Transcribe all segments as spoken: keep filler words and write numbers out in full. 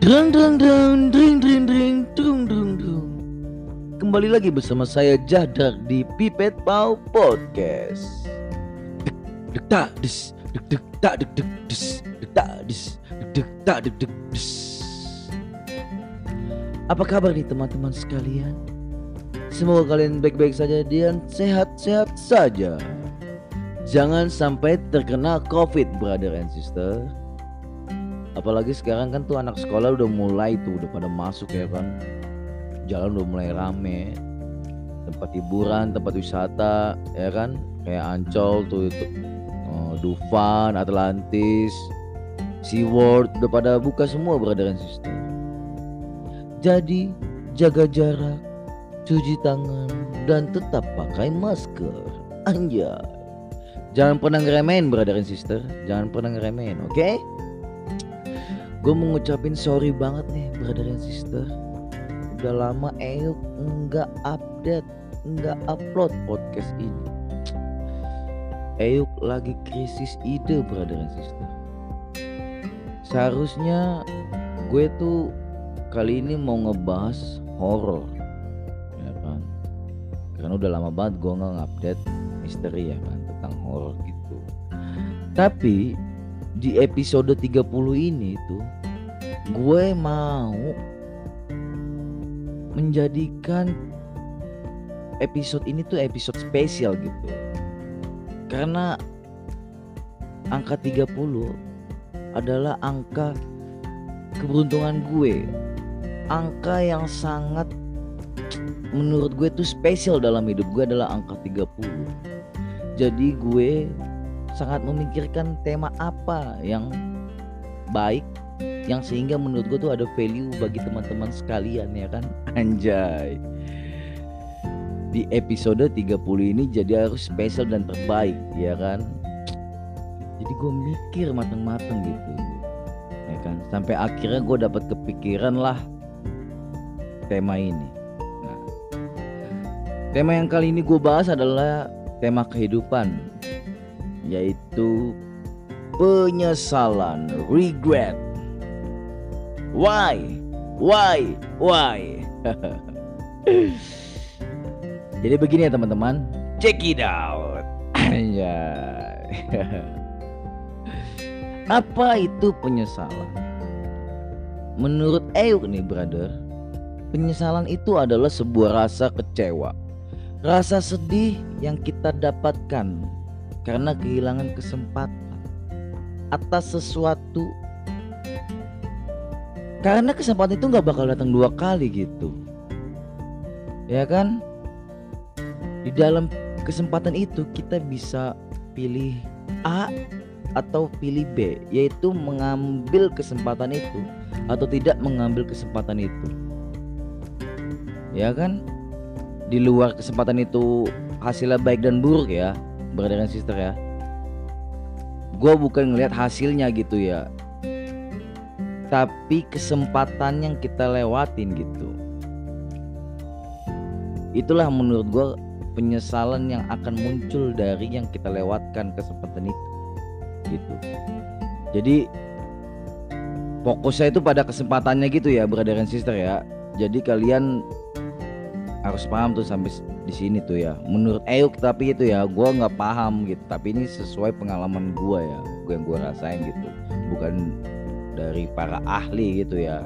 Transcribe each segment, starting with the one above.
Drang drang drang dring dring dring drung drung drung. Kembali lagi bersama saya Jahdak di Pipet Pau Podcast. Dek tak des, dek dek tak dek dek des, dek tak des, dek dek tak dek dek des. Apa kabar nih teman-teman sekalian? Semoga kalian baik-baik saja dan sehat-sehat saja. Jangan sampai terkena COVID, brother and sister. Apalagi sekarang kan tuh anak sekolah udah mulai tuh udah pada masuk ya kan. Jalan udah mulai rame. Tempat hiburan, tempat wisata ya kan. Kayak Ancol tuh itu. Oh, Dufan, Atlantis, SeaWorld udah pada buka semua, brother and sister. Jadi jaga jarak, cuci tangan dan tetap pakai masker. Anjay. Jangan pernah ngeremehin, brother and sister. Jangan pernah ngeremehin, oke? Okay? Gue mau ngucapin sorry banget nih brother and sister. Udah lama Euk enggak update, enggak upload podcast ini. Euk lagi krisis ide, brother and sister. Seharusnya gue tuh kali ini mau ngebahas horor, ya kan? Karena udah lama banget gue nggak ngupdate misteri ya kan, tentang horor gitu. Tapi di episode tiga puluh ini tuh gue mau menjadikan episode ini tuh episode spesial gitu. Karena angka tiga puluh adalah angka keberuntungan gue. Angka yang sangat menurut gue tuh spesial dalam hidup gue adalah angka tiga puluh. Jadi gue sangat memikirkan tema apa yang baik, yang sehingga menurut gue tuh ada value bagi teman-teman sekalian ya kan. Anjay. Di episode tiga puluh ini jadi harus spesial dan terbaik ya kan. Jadi gue mikir mateng-mateng gitu ya kan. Sampai akhirnya gue dapat kepikiran lah tema ini. Nah, tema yang kali ini gue bahas adalah tema kehidupan, yaitu penyesalan, regret. Why? Why? Why? Jadi begini ya teman-teman, check it out. Anjay. Apa itu penyesalan? Menurut Euk nih brother, penyesalan itu adalah sebuah rasa kecewa, rasa sedih yang kita dapatkan karena kehilangan kesempatan atas sesuatu. Karena kesempatan itu gak bakal datang dua kali gitu, ya kan? Di dalam kesempatan itu kita bisa pilih A atau pilih B, yaitu mengambil kesempatan itu atau tidak mengambil kesempatan itu, ya kan? Di luar kesempatan itu hasilnya baik dan buruk ya, brother and sister ya. Gue bukan ngelihat hasilnya gitu ya, tapi kesempatan yang kita lewatin gitu. Itulah menurut gue penyesalan yang akan muncul dari yang kita lewatkan kesempatan itu gitu. Jadi fokusnya itu pada kesempatannya gitu ya, brother and sister ya. Jadi kalian harus paham tuh sampai di sini tuh ya. Menurut Euk tapi itu ya, gue nggak paham gitu. Tapi ini sesuai pengalaman gue ya, gue yang gue rasain gitu. Bukan dari para ahli gitu ya.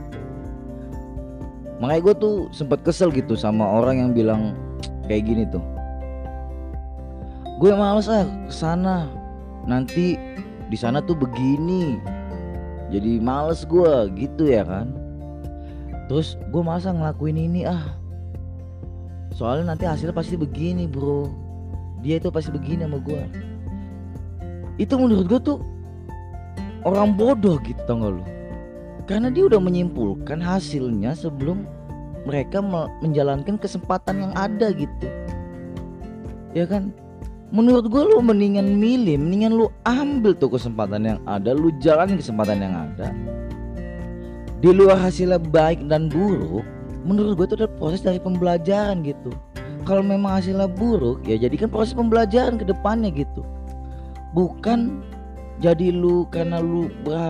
Makanya gue tuh sempat kesel gitu sama orang yang bilang kayak gini tuh. Gue males ah kesana, nanti di sana tuh begini. Jadi males gue gitu ya kan. Terus gue masa ngelakuin ini ah. Soalnya nanti hasilnya pasti begini bro. Dia itu pasti begini sama gue. Itu menurut gue tuh orang bodoh gitu, tau gak lu? Karena dia udah menyimpulkan hasilnya sebelum mereka menjalankan kesempatan yang ada gitu, ya kan? Menurut gue lu mendingan milih, mendingan lu ambil tuh kesempatan yang ada, lu jalanin kesempatan yang ada. Di luar hasilnya baik dan buruk, menurut gue itu adalah proses dari pembelajaran gitu. Kalau memang hasilnya buruk, ya jadikan proses pembelajaran ke depannya gitu. Bukan jadi lu karena lu berharap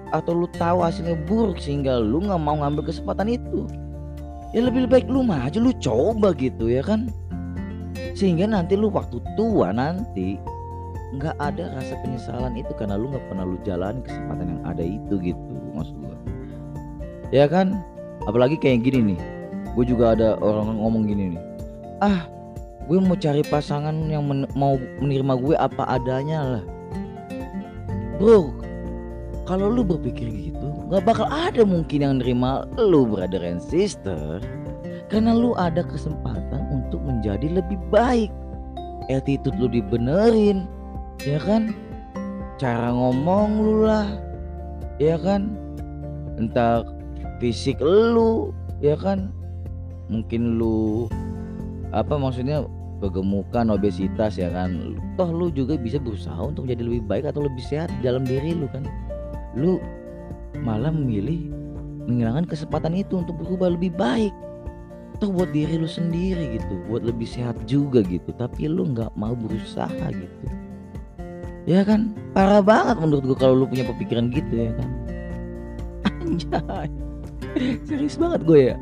atau lu tahu hasilnya buruk sehingga lu nggak mau ngambil kesempatan itu, ya lebih baik lu maju, lu coba gitu ya kan, sehingga nanti lu waktu tua nanti nggak ada rasa penyesalan itu karena lu nggak pernah lu jalani kesempatan yang ada itu gitu maksud gua ya kan. Apalagi kayak gini nih, gue juga ada orang ngomong gini nih, ah gue mau cari pasangan yang men- mau menerima gue apa adanya lah. Bro, kalau lu berpikir gitu gak bakal ada mungkin yang nerima lu brother and sister, karena lu ada kesempatan untuk menjadi lebih baik. Attitude lu dibenerin ya kan, cara ngomong lu lah ya kan, entah fisik lu ya kan, mungkin lu apa maksudnya kegemukan, obesitas ya kan, toh lu juga bisa berusaha untuk jadi lebih baik atau lebih sehat dalam diri lu kan. Lu malah memilih menghilangkan kesempatan itu untuk berubah lebih baik, toh buat diri lu sendiri gitu, buat lebih sehat juga gitu, tapi lu nggak mau berusaha gitu ya kan. Parah banget menurut gua kalau lu punya pemikiran gitu ya kan. Anjay, serius banget gue ya.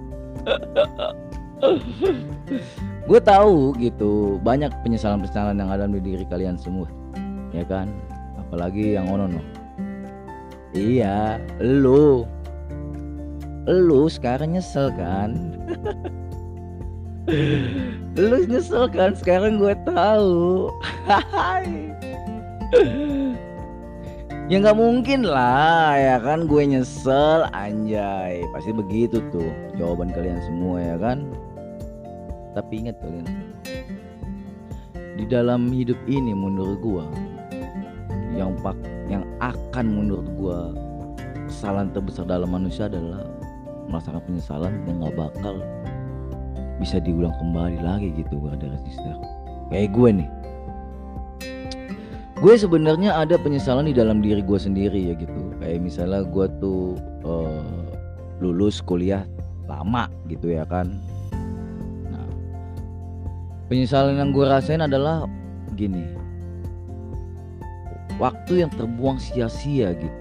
Gue tahu gitu banyak penyesalan-penyesalan yang ada di diri kalian semua ya kan, apalagi yang ono no. Iya, lu lu sekarang nyesel kan. Lu nyesel kan sekarang gue tahu. Ya nggak mungkin lah ya kan gue nyesel, anjay pasti begitu tuh jawaban kalian semua ya kan. Tapi ingat kalian, di dalam hidup ini menurut gue yang pak yang akan menurut gue kesalahan terbesar dalam manusia adalah merasakan penyesalan yang nggak bakal bisa diulang kembali lagi gitu brother and sister. Kayak gue nih, gue sebenarnya ada penyesalan di dalam diri gue sendiri ya gitu. Kayak misalnya gue tuh uh, lulus kuliah lama gitu ya kan. Nah, penyesalan yang gue rasain adalah gini, waktu yang terbuang sia-sia gitu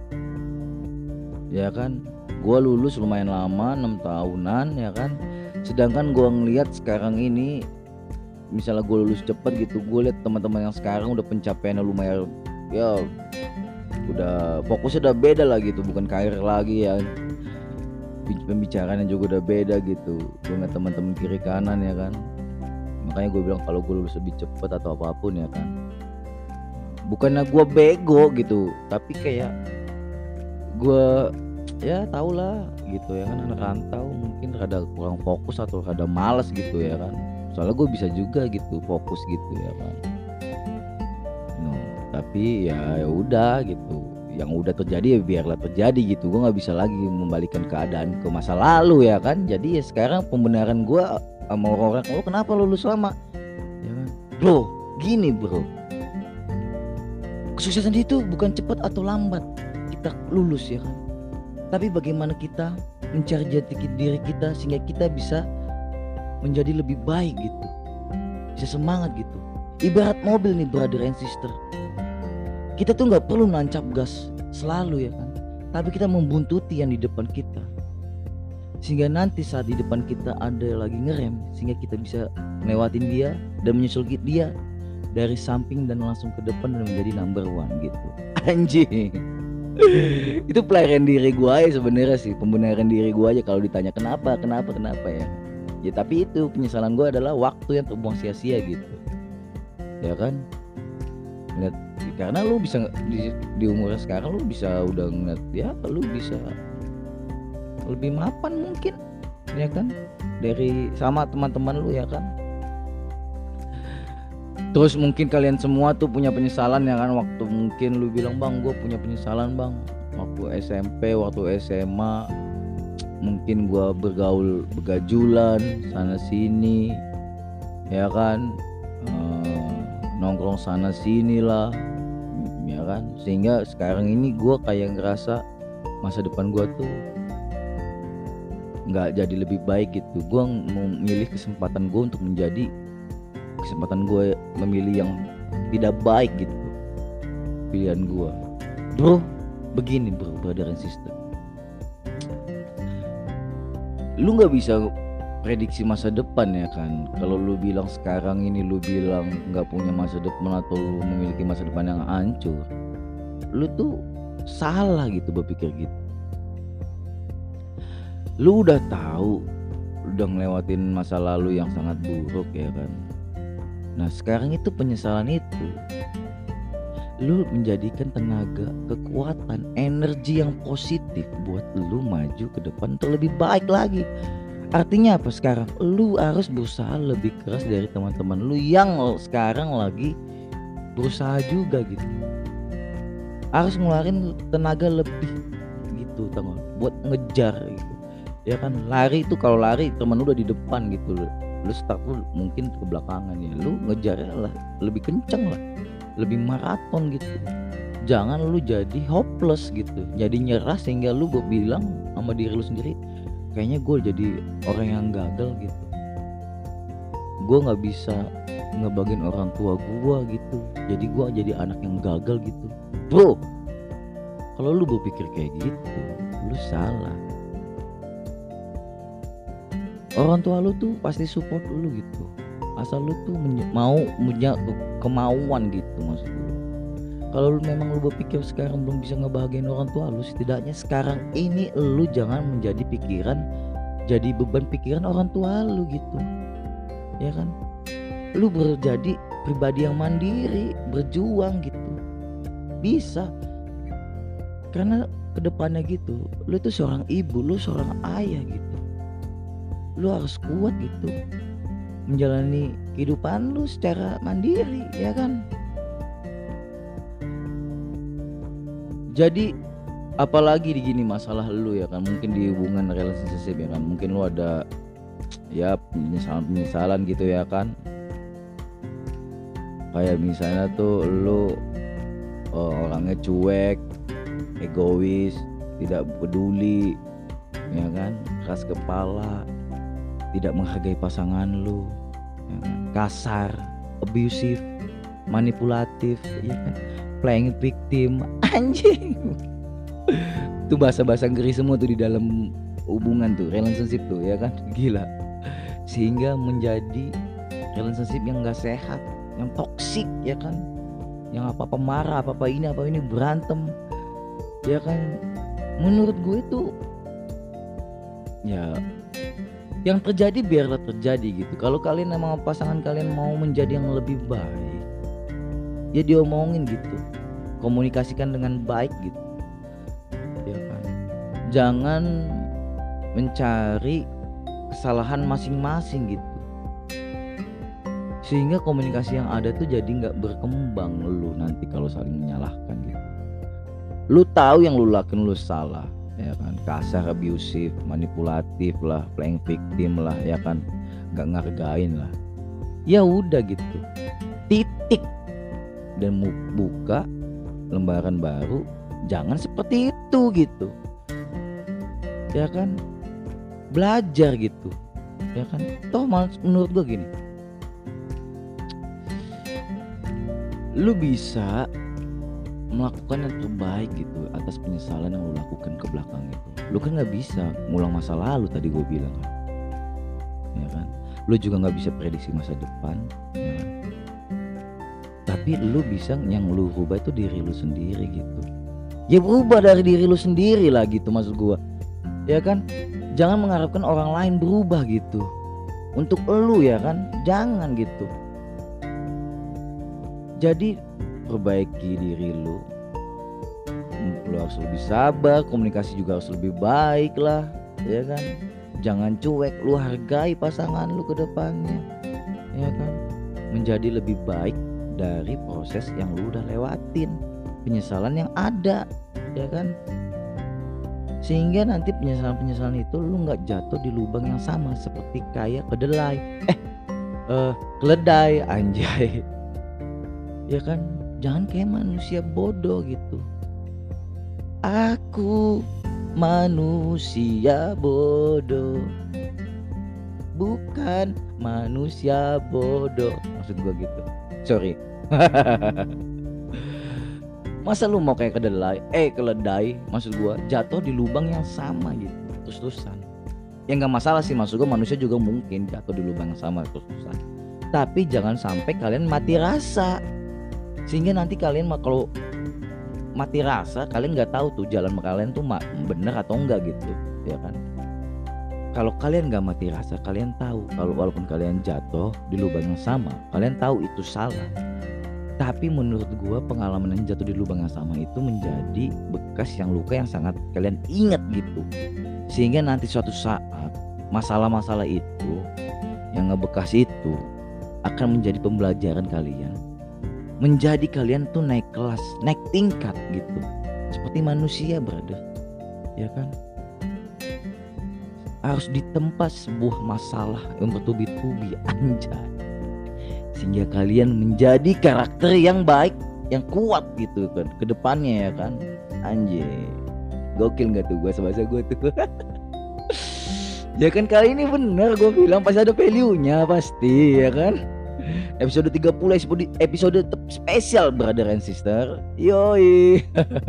ya kan. Gue lulus lumayan lama, enam tahunan ya kan, sedangkan gue ngelihat sekarang ini misalnya gue lulus cepet gitu, gue lihat teman-teman yang sekarang udah pencapaiannya lumayan ya, udah fokusnya udah beda lah gitu, bukan karir lagi ya, pembicaraannya juga udah beda gitu. Gue ngeliat teman-teman kiri kanan ya kan, makanya gue bilang kalau gue lulus lebih cepet atau apapun ya kan, bukannya gue bego gitu, tapi kayak gue ya tau lah gitu ya kan, anak rantau mungkin rada kurang fokus atau rada malas gitu ya kan. Soalnya gue bisa juga gitu fokus gitu ya kan. No, tapi ya udah gitu, yang udah terjadi ya biarlah terjadi gitu. Gue nggak bisa lagi membalikan keadaan ke masa lalu ya kan. Jadi ya sekarang pembenaran gue sama orang-orang, lo kenapa lulus lama ya kan, bro gini bro, kesuksesan itu bukan cepat atau lambat kita lulus ya kan, tapi bagaimana kita mencari jati diri kita sehingga kita bisa menjadi lebih baik gitu, bisa semangat gitu. Ibarat mobil nih brother and sister, kita tuh nggak perlu nancap gas selalu ya kan, tapi kita membuntuti yang di depan kita, sehingga nanti saat di depan kita ada lagi ngerem, sehingga kita bisa melewatin dia dan menyusul dia dari samping dan langsung ke depan dan menjadi number one gitu. Anjing. Itu pelarian diri gue aja sebenarnya sih, pembenaran diri gue aja kalau ditanya kenapa kenapa kenapa ya. Ya tapi itu penyesalan gue adalah waktu yang terbuang sia-sia gitu ya kan. Ngeliat, karena lu bisa di, di umur sekarang lu bisa udah ngeliat ya, lu bisa lebih mapan mungkin ya kan dari sama teman-teman lu ya kan. Terus mungkin kalian semua tuh punya penyesalan ya kan, waktu mungkin lu bilang bang gue punya penyesalan bang waktu S M P, waktu S M A mungkin gue bergaul begajulan sana sini ya kan, eee, nongkrong sana sini lah ya kan, sehingga sekarang ini gue kayak ngerasa masa depan gue tuh nggak jadi lebih baik gitu. Gue memilih kesempatan gue untuk menjadi kesempatan gue memilih yang tidak baik gitu, pilihan gue bro. Begini bro, brother and sister, lu nggak bisa prediksi masa depan ya kan. Kalau lu bilang sekarang ini lu bilang nggak punya masa depan atau lu memiliki masa depan yang hancur, lu tuh salah gitu berpikir gitu. Lu udah tahu, udah ngelewatin masa lalu yang sangat buruk ya kan. Nah sekarang itu penyesalan itu lu menjadikan tenaga, kekuatan, energi yang positif buat lu maju ke depan terlebih baik lagi. Artinya apa sekarang? Lu harus berusaha lebih keras dari teman-teman lu yang sekarang lagi berusaha juga gitu. Harus ngeluarin tenaga lebih gitu, teman, buat ngejar gitu. Ya kan, lari itu kalau lari teman lu udah di depan gitu, lu start lu mungkin ke belakangan ya, lu ngejarnya lah lebih kenceng lah, lebih maraton gitu. Jangan lu jadi hopeless gitu, jadi nyerah sehingga lu bilang sama diri lu sendiri, kayaknya gue jadi orang yang gagal gitu, gue nggak bisa ngebagiin orang tua gue gitu, jadi gue jadi anak yang gagal gitu. Bro, kalau lu berpikir kayak gitu, lu salah. Orang tua lu tuh pasti support lu gitu, asal lu tuh menye- mau punya kemauan gitu maksud gue. Kalau lu memang lu berpikir sekarang belum bisa ngebahagiain orang tua lu, setidaknya sekarang ini lu jangan menjadi pikiran, jadi beban pikiran orang tua lu gitu. Ya kan? Lu berjadi pribadi yang mandiri, berjuang gitu. Bisa. Karena kedepannya gitu, lu tuh seorang ibu, lu seorang ayah gitu. Lu harus kuat gitu, menjalani kehidupan lu secara mandiri, ya kan? Jadi apalagi di gini masalah lu ya kan, mungkin di hubungan relationship ya kan, mungkin lu ada ya penyesalan-penyesalan gitu ya kan. Kayak misalnya tuh lu uh, orangnya cuek, egois, tidak peduli, ya kan, keras kepala, tidak menghargai pasangan lu, ya kan? Kasar, abusive, manipulatif, ya kan, playing victim, anjing. Itu bahasa-bahasa Inggris semua tuh di dalam hubungan tuh, relationship tuh, ya kan, gila. Sehingga menjadi relationship yang nggak sehat, yang toksik, ya kan, yang apa-apa marah, apa-apa ini, apa ini berantem, ya kan. Menurut gue tuh ya yang terjadi biarlah terjadi gitu. Kalau kalian emang pasangan kalian mau menjadi yang lebih baik, ya diomongin gitu, komunikasikan dengan baik gitu, ya kan. Jangan mencari kesalahan masing-masing gitu, sehingga komunikasi yang ada tuh jadi nggak berkembang. Lu nanti kalau saling menyalahkan gitu, lu tahu yang lu lakuin lu salah, ya kan, kasar, abusive, manipulatif lah, playing victim lah, ya kan, nggak ngargain lah, ya udah gitu, titik, dan buka lembaran baru. Jangan seperti itu gitu, ya kan, belajar gitu, ya kan. Toh menurut gue gini, lu bisa melakukan yang terbaik gitu atas penyesalan yang lu lakukan ke belakang itu. Lu kan nggak bisa ngulang masa lalu, tadi gue bilang kan, ya kan. Lu juga nggak bisa prediksi masa depan, ya kan? Tapi lu bisa, yang lu rubah itu diri lu sendiri gitu. Ya berubah dari diri lu sendiri lah gitu maksud gue, ya kan. Jangan mengharapkan orang lain berubah gitu untuk lu, ya kan, jangan gitu. Jadi perbaiki diri lu, lu harus lebih sabar, komunikasi juga harus lebih baik lah, ya kan. Jangan cuek, lu hargai pasangan lu ke depannya, ya kan. Menjadi lebih baik dari proses yang lu udah lewatin, penyesalan yang ada, ya kan. Sehingga nanti penyesalan-penyesalan itu lu gak jatuh di lubang yang sama seperti kayak kedelai Eh uh, keledai, anjay, ya kan. Jangan kayak manusia bodoh gitu. Aku manusia bodoh, bukan manusia bodoh, maksud gua gitu. Sorry. Masa lu mau kayak kedelai, eh keledai, maksud gua jatuh di lubang yang sama gitu terus-terusan. Ya nggak masalah sih, maksud gua manusia juga mungkin jatuh di lubang yang sama terus-terusan. Tapi jangan sampai kalian mati rasa, sehingga nanti kalian kalau mati rasa kalian nggak tahu tuh jalan kalian tuh bener atau enggak gitu, ya kan? Kalau kalian nggak mati rasa, kalian tahu kalau walaupun kalian jatuh di lubang yang sama, kalian tahu itu salah. Tapi menurut gua pengalaman yang jatuh di lubang yang sama itu menjadi bekas yang luka yang sangat kalian ingat gitu. Sehingga nanti suatu saat masalah-masalah itu yang ngebekas itu akan menjadi pembelajaran kalian. Menjadi kalian tuh naik kelas, naik tingkat gitu. Seperti manusia, brother. Ya kan? Harus ditempa sebuah masalah yang bertubi-tubi, anjay, sehingga kalian menjadi karakter yang baik, yang kuat gitu kan ke depannya, ya kan, anjay. Gokil gak tuh gue sebahasa gue tuh. Ya kan, kali ini bener gue bilang pasti ada value-nya pasti, ya kan. Episode tiga puluh episode, episode spesial brother and sister. Yoi.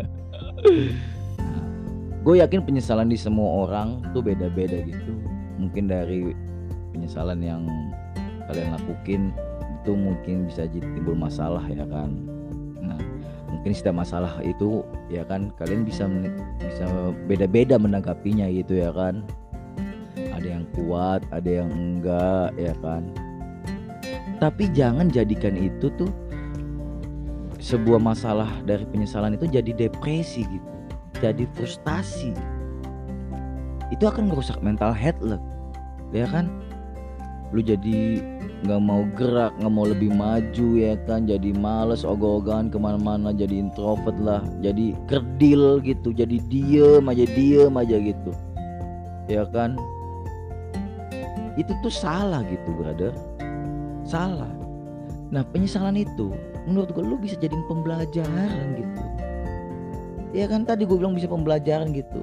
Gue yakin penyesalan di semua orang tuh beda-beda gitu. Mungkin dari penyesalan yang kalian lakuin itu mungkin bisa jadi timbul masalah, ya kan. Nah, mungkin setiap masalah itu, ya kan, kalian bisa bisa beda-beda menanggapinya gitu, ya kan. Ada yang kuat, ada yang enggak, ya kan. Tapi jangan jadikan itu tuh sebuah masalah dari penyesalan itu jadi depresi gitu, jadi frustasi. Itu akan merusak mental health lo, ya kan. Lu jadi nggak mau gerak, nggak mau lebih maju, ya kan. Jadi males, ogah-ogahan kemana-mana, jadi introvert lah, jadi kerdil gitu, jadi diem aja diem aja gitu, ya kan. Itu tuh salah gitu, brother. Salah. Nah, penyesalan itu menurut gue lu bisa jadiin pembelajaran gitu. Ya kan, tadi gue bilang bisa pembelajaran gitu.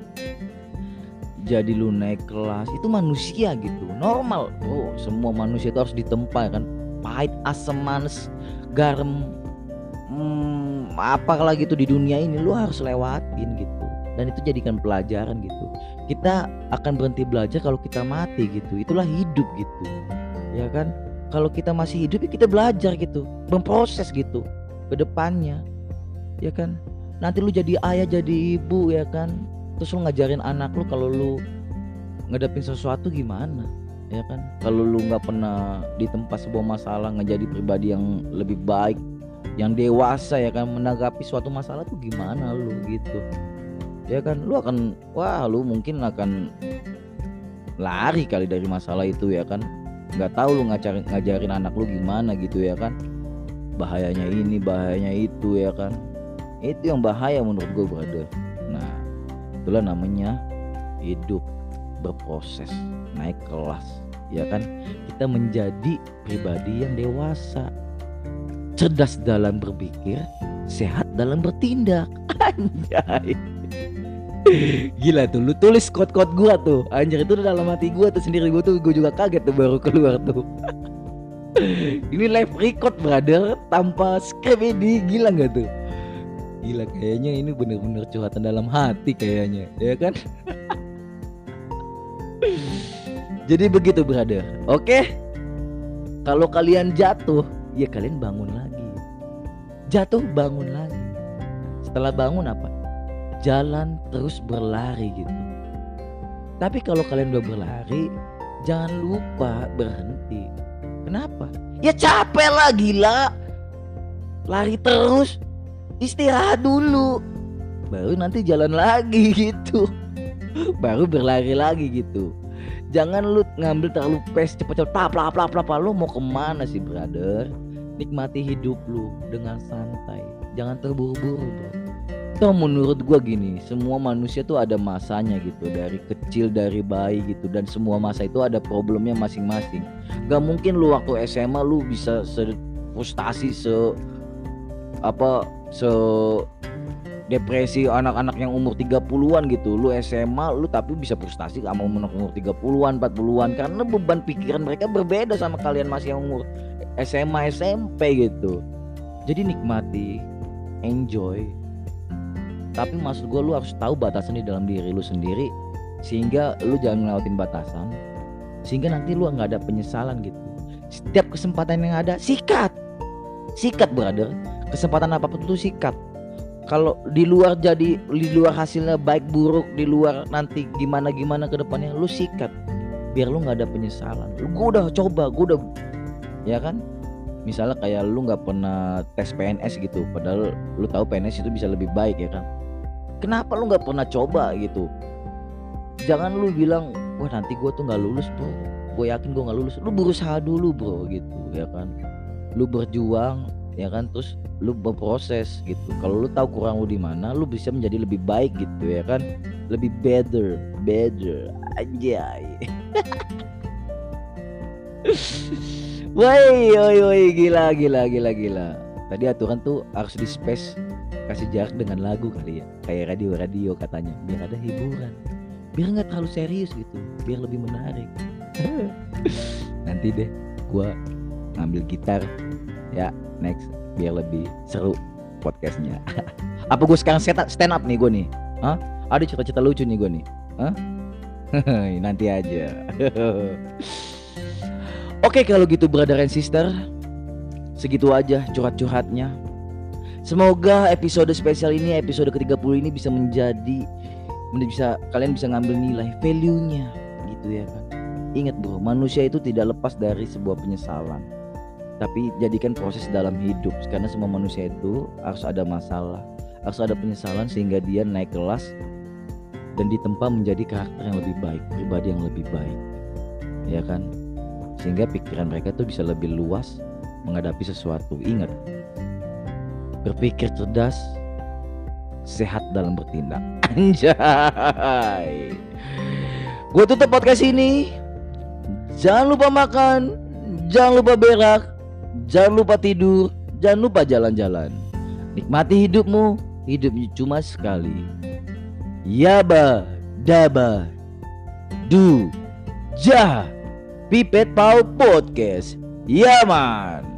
Jadi lu naik kelas, itu manusia gitu, normal. Oh, semua manusia itu harus ditempa, kan. Pahit, asam, manis, garam, hmm, apa lagi tuh di dunia ini lu harus lewatin gitu. Dan itu jadikan pelajaran gitu. Kita akan berhenti belajar kalau kita mati gitu. Itulah hidup gitu, ya kan. Kalau kita masih hidup ya kita belajar gitu, memproses gitu ke depannya, ya kan. Nanti lu jadi ayah, jadi ibu, ya kan. Terus lu ngajarin anak lu kalau lu ngadepin sesuatu gimana, ya kan. Kalau lu nggak pernah ditempa sebuah masalah, nggak jadi pribadi yang lebih baik, yang dewasa, ya kan, menanggapi suatu masalah tuh gimana lu gitu, ya kan. Lu akan, wah lu mungkin akan lari kali dari masalah itu, ya kan. Nggak tahu lu ngajarin, ngajarin anak lu gimana gitu, ya kan. Bahayanya ini, bahayanya itu, ya kan. Itu yang bahaya menurut gue, brother. Nah, itulah namanya hidup berproses, naik kelas, ya kan. Kita menjadi pribadi yang dewasa, cerdas dalam berpikir, sehat dalam bertindak. Anjay. Gila tuh, lu tulis quote-quote gua tuh, anjir, itu udah dalam hati gua tuh sendiri. Gua tuh, gua juga kaget tuh baru keluar tuh. Ini live record, brother, tanpa skrip ini, gila nggak tuh? Gila, kayaknya ini bener-bener curhatan dalam hati kayaknya, ya kan? Jadi begitu, brother. Oke? Kalau kalian jatuh, ya kalian bangun lagi. Jatuh, bangun lagi. Setelah bangun apa? Jalan terus berlari gitu. Tapi kalau kalian udah berlari, jangan lupa berhenti. Kenapa? Ya capek lah, gila. Lari terus, istirahat dulu, baru nanti jalan lagi gitu. Baru berlari lagi gitu. Jangan lu ngambil terlalu pace, cepet-cepet, plap plap plap plap. Lu mau kemana sih, brother? Nikmati hidup lu dengan santai. Jangan terburu-buru, bro. Toh menurut gua gini, semua manusia tuh ada masanya gitu, dari kecil, dari bayi gitu, dan semua masa itu ada problemnya masing-masing. Gak mungkin lu waktu S M A lu bisa se frustasi, se apa se depresi anak-anak yang umur tiga puluhan gitu. Lu S M A lu tapi bisa frustasi sama umur tiga puluhan, empat puluhan, karena beban pikiran mereka berbeda sama kalian masih yang umur S M A, S M P gitu. Jadi nikmati enjoy. Tapi maksud gue lu harus tahu batasan di dalam diri lu sendiri, sehingga lu jangan ngelawatin batasan, sehingga nanti lu nggak ada penyesalan gitu. Setiap kesempatan yang ada sikat, sikat brother. Kesempatan apapun tuh sikat. Kalau di luar jadi, di luar hasilnya baik buruk, di luar nanti gimana gimana ke depannya, lu sikat biar lu nggak ada penyesalan. Lu gue udah coba, gue udah, ya kan. Misalnya kayak lu nggak pernah tes P N S gitu, padahal lu tahu P N S itu bisa lebih baik, ya kan. Kenapa lu nggak pernah coba gitu? Jangan lu bilang, wah nanti gue tuh nggak lulus bro, gue yakin gue nggak lulus. Lu berusaha dulu bro gitu, ya kan. Lu berjuang, ya kan, terus lu berproses gitu. Kalau lu tahu kurang lu di mana, lu bisa menjadi lebih baik gitu, ya kan. Lebih better, better aja. Woi, woi, woi, gila, gila, gila, gila. Tadi aturan tuh harus di space, kasih jarak dengan lagu kali ya, kayak radio-radio katanya, biar ada hiburan, biar nggak terlalu serius gitu, biar lebih menarik. Nanti deh, gua ngambil gitar, ya next, biar lebih seru podcastnya. Apa gue sekarang stand up nih gue nih? Hah? Ada cerita-cerita lucu nih gue nih? Hah? Nanti aja. Oke kalau gitu brother and sister, segitu aja curhat-curhatnya. Semoga episode spesial ini, episode ke tiga puluh ini bisa menjadi, bisa kalian bisa ngambil nilai value-nya gitu, ya kan. Ingat bro, manusia itu tidak lepas dari sebuah penyesalan, tapi jadikan proses dalam hidup, karena semua manusia itu harus ada masalah, harus ada penyesalan, sehingga dia naik kelas dan ditempa menjadi karakter yang lebih baik, pribadi yang lebih baik, ya kan. Sehingga pikiran mereka tuh bisa lebih luas menghadapi sesuatu. Ingat, berpikir cerdas, sehat dalam bertindak. Anjay. Gue tutup podcast ini. Jangan lupa makan, jangan lupa berak, jangan lupa tidur, jangan lupa jalan-jalan. Nikmati hidupmu, hidupnya cuma sekali. Yaba, daba, du, jah. Pipet Pau Podcast. Ya man.